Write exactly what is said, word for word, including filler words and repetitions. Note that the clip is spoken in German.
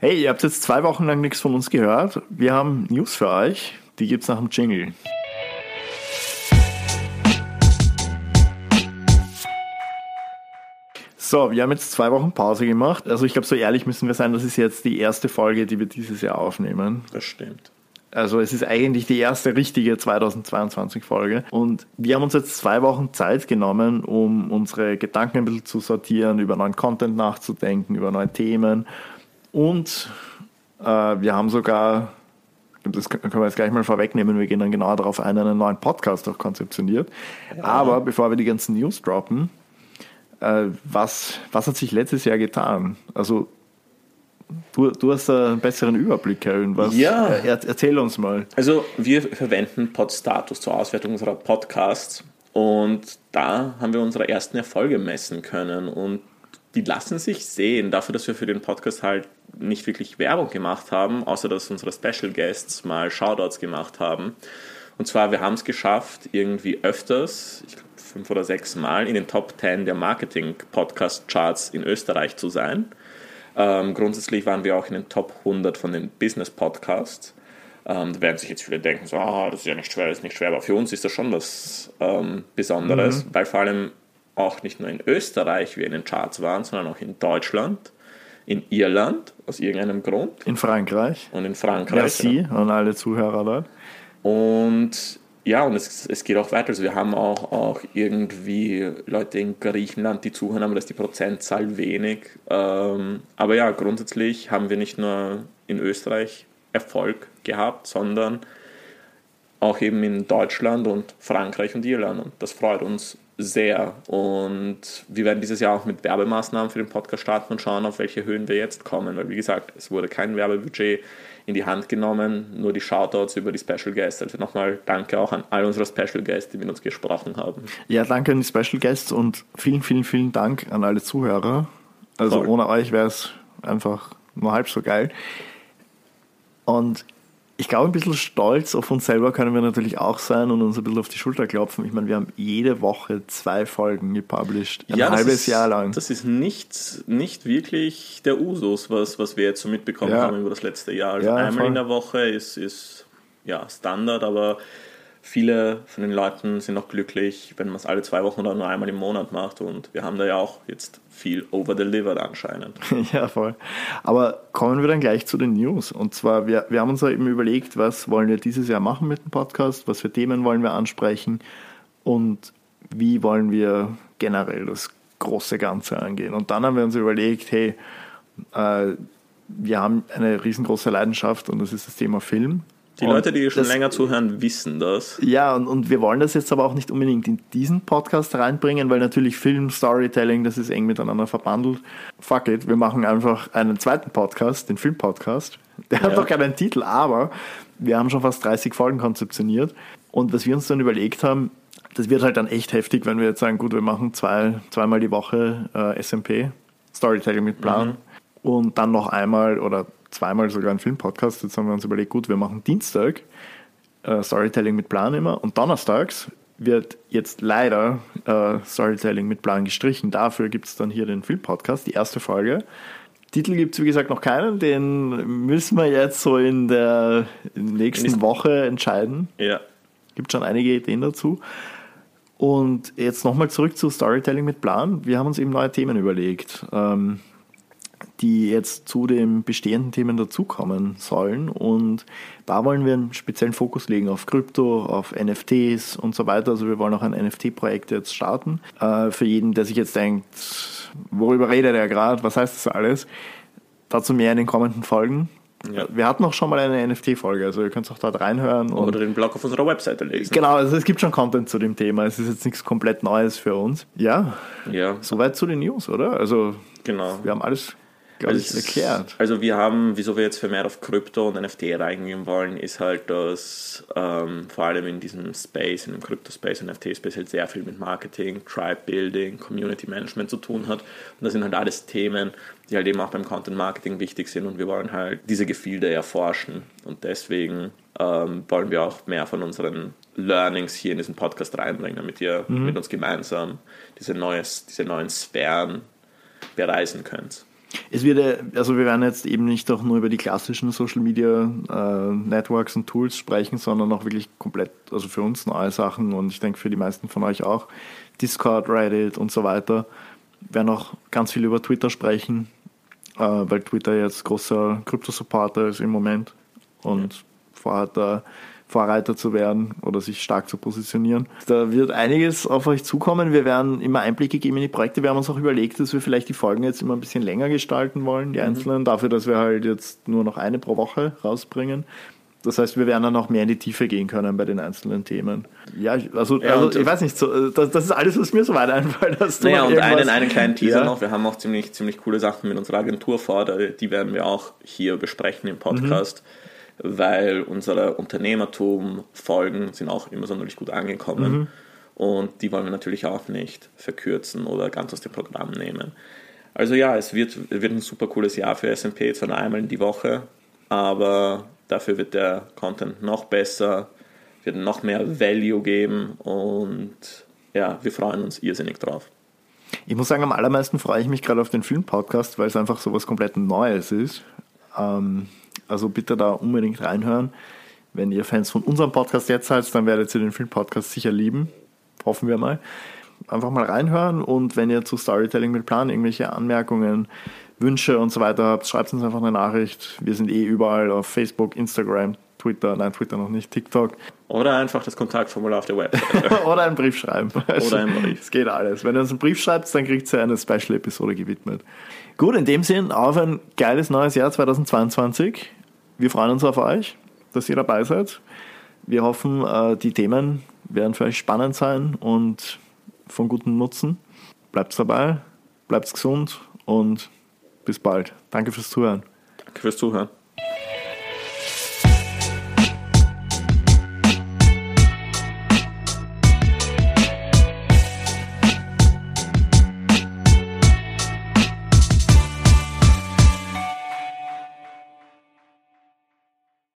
Hey, ihr habt jetzt zwei Wochen lang nichts von uns gehört. Wir haben News für euch. Die gibt's nach dem Jingle. So, wir haben jetzt zwei Wochen Pause gemacht. Also ich glaube, so ehrlich müssen wir sein, das ist jetzt die erste Folge, die wir dieses Jahr aufnehmen. Das stimmt. Also es ist eigentlich die erste richtige zweitausendzweiundzwanzig-Folge. Und wir haben uns jetzt zwei Wochen Zeit genommen, um unsere Gedanken ein bisschen zu sortieren, über neuen Content nachzudenken, über neue Themen. Und äh, wir haben sogar, das können wir jetzt gleich mal vorwegnehmen, wir gehen dann genauer darauf ein, einen neuen Podcast auch konzeptioniert. Ja. Aber bevor wir die ganzen News droppen, äh, was, was hat sich letztes Jahr getan? Also Du, du hast da einen besseren Überblick, Kevin. Was, ja. Er, erzähl uns mal. Also wir verwenden Podstatus zur Auswertung unserer Podcasts und da haben wir unsere ersten Erfolge messen können und die lassen sich sehen, dafür, dass wir für den Podcast halt nicht wirklich Werbung gemacht haben, außer dass unsere Special Guests mal Shoutouts gemacht haben. Und zwar, wir haben es geschafft, irgendwie öfters, ich glaube fünf oder sechs Mal, in den Top zehn der Marketing-Podcast-Charts in Österreich zu sein. Ähm, grundsätzlich waren wir auch in den Top hundert von den Business-Podcasts. Ähm, da werden sich jetzt viele denken, so, ah, das ist ja nicht schwer, das ist nicht schwer, aber für uns ist das schon was ähm, Besonderes, mhm. weil vor allem auch nicht nur in Österreich wir in den Charts waren, sondern auch in Deutschland, in Irland, aus irgendeinem Grund. In Frankreich. Und in Frankreich. Merci ja. an alle Zuhörer dort. Und ja, und es, es geht auch weiter. Also wir haben auch, auch irgendwie Leute in Griechenland, die zuhören, aber das ist die Prozentzahl wenig. Ähm, aber ja, grundsätzlich haben wir nicht nur in Österreich Erfolg gehabt, sondern auch eben in Deutschland und Frankreich und Irland. Und das freut uns sehr. Und wir werden dieses Jahr auch mit Werbemaßnahmen für den Podcast starten und schauen, auf welche Höhen wir jetzt kommen. Weil wie gesagt, es wurde kein Werbebudget in die Hand genommen, nur die Shoutouts über die Special Guests. Also nochmal danke auch an all unsere Special Guests, die mit uns gesprochen haben. Ja, danke an die Special Guests und vielen, vielen, vielen Dank an alle Zuhörer. Also Voll. Ohne euch wäre es einfach nur halb so geil. Und ich glaube, ein bisschen stolz auf uns selber können wir natürlich auch sein und uns ein bisschen auf die Schulter klopfen. Ich meine, wir haben jede Woche zwei Folgen gepublished, ein ja, halbes ist, Jahr lang. Das ist nicht, nicht wirklich der Usus, was, was wir jetzt so mitbekommen ja. haben über das letzte Jahr. Also ja, einmal voll. in der Woche ist, ist ja, Standard, aber viele von den Leuten sind auch glücklich, wenn man es alle zwei Wochen oder nur einmal im Monat macht. Und wir haben da ja auch jetzt viel over-delivered anscheinend. Ja, voll. Aber kommen wir dann gleich zu den News. Und zwar, wir, wir haben uns ja eben überlegt, was wollen wir dieses Jahr machen mit dem Podcast, was für Themen wollen wir ansprechen und wie wollen wir generell das große Ganze angehen. Und dann haben wir uns überlegt, hey, äh, wir haben eine riesengroße Leidenschaft und das ist das Thema Film. Die und Leute, die schon das, länger zuhören, wissen das. Ja, und, und wir wollen das jetzt aber auch nicht unbedingt in diesen Podcast reinbringen, weil natürlich Film, Storytelling, das ist eng miteinander verbandelt. Fuck it, wir machen einfach einen zweiten Podcast, den Film-Podcast. Der ja. hat noch keinen Titel, aber wir haben schon fast dreißig Folgen konzeptioniert. Und was wir uns dann überlegt haben, das wird halt dann echt heftig, wenn wir jetzt sagen, gut, wir machen zwei, zweimal die Woche äh, S M P, Storytelling mit Plan. Mhm. Und dann noch einmal oder zweimal sogar einen Filmpodcast. Jetzt haben wir uns überlegt, gut, wir machen Dienstag äh, Storytelling mit Plan immer und donnerstags wird jetzt leider äh, Storytelling mit Plan gestrichen. Dafür gibt es dann hier den Filmpodcast, die erste Folge. Titel gibt es, wie gesagt, noch keinen. Den müssen wir jetzt so in der nächsten in Woche entscheiden. Ja. Gibt schon einige Ideen dazu. Und jetzt nochmal zurück zu Storytelling mit Plan. Wir haben uns eben neue Themen überlegt, ähm, die jetzt zu den bestehenden Themen dazukommen sollen. Und da wollen wir einen speziellen Fokus legen auf Krypto, auf N F Ts und so weiter. Also wir wollen auch ein N F T-Projekt jetzt starten. Äh, für jeden, der sich jetzt denkt, worüber redet er gerade, was heißt das alles? Dazu mehr in den kommenden Folgen. Ja. Wir hatten auch schon mal eine N F T-Folge, also ihr könnt auch dort reinhören. Und oder den Blog auf unserer Webseite lesen. Genau, also es gibt schon Content zu dem Thema. Es ist jetzt nichts komplett Neues für uns. Ja, ja. Soweit zu den News, oder? Also genau. Wir haben alles, glaube ich, erklärt. Also wir haben, wieso wir jetzt vermehrt auf Krypto und N F T reingehen wollen, ist halt, dass ähm, vor allem in diesem Space, in dem Krypto-Space, N F T-Space halt sehr viel mit Marketing, Tribe-Building, Community-Management zu tun hat. Und das sind halt alles Themen, die halt eben auch beim Content-Marketing wichtig sind und wir wollen halt diese Gefilde erforschen und deswegen ähm, wollen wir auch mehr von unseren Learnings hier in diesen Podcast reinbringen, damit ihr mhm. mit uns gemeinsam diese, neues, diese neuen Sphären bereisen könnt. Es wird, also wir werden jetzt eben nicht auch nur über die klassischen Social Media äh, Networks und Tools sprechen, sondern auch wirklich komplett, also für uns neue Sachen und ich denke für die meisten von euch auch, Discord, Reddit und so weiter. Wir werden auch ganz viel über Twitter sprechen, äh, weil Twitter jetzt großer Krypto-Supporter ist im Moment und ja. vorhat da Vorreiter zu werden oder sich stark zu positionieren. Da wird einiges auf euch zukommen. Wir werden immer Einblicke geben in die Projekte. Wir haben uns auch überlegt, dass wir vielleicht die Folgen jetzt immer ein bisschen länger gestalten wollen, die einzelnen, mhm. dafür, dass wir halt jetzt nur noch eine pro Woche rausbringen. Das heißt, wir werden dann auch mehr in die Tiefe gehen können bei den einzelnen Themen. Ja, also, ja, also ich weiß nicht, so, das, das ist alles, was mir so weit einfällt. Naja, und einen, einen kleinen Teaser ja. noch. Wir haben auch ziemlich, ziemlich coole Sachen mit unserer Agentur vor. Die werden wir auch hier besprechen im Podcast. Mhm. Weil unsere Unternehmertum-Folgen sind auch immer sonderlich gut angekommen mhm. und die wollen wir natürlich auch nicht verkürzen oder ganz aus dem Programm nehmen. Also ja, es wird, wird ein super cooles Jahr für S and P, zwar nur einmal in die Woche, aber dafür wird der Content noch besser, wird noch mehr Value geben und ja, wir freuen uns irrsinnig drauf. Ich muss sagen, am allermeisten freue ich mich gerade auf den Film-Podcast, weil es einfach so was komplett Neues ist. Ähm Also bitte da unbedingt reinhören. Wenn ihr Fans von unserem Podcast jetzt seid, dann werdet ihr den Film-Podcast sicher lieben. Hoffen wir mal. Einfach mal reinhören und wenn ihr zu Storytelling mit Plan irgendwelche Anmerkungen, Wünsche und so weiter habt, schreibt uns einfach eine Nachricht. Wir sind eh überall auf Facebook, Instagram, Twitter, nein, Twitter noch nicht, TikTok. Oder einfach das Kontaktformular auf der Website. Oder einen Brief schreiben. Oder einen Brief. Es geht alles. Wenn ihr uns einen Brief schreibt, dann kriegt ihr eine Special-Episode gewidmet. Gut, in dem Sinn, auf ein geiles neues Jahr zweitausendzweiundzwanzig. Wir freuen uns auf euch, dass ihr dabei seid. Wir hoffen, die Themen werden für euch spannend sein und von gutem Nutzen. Bleibt dabei, bleibt gesund und bis bald. Danke fürs Zuhören. Danke fürs Zuhören.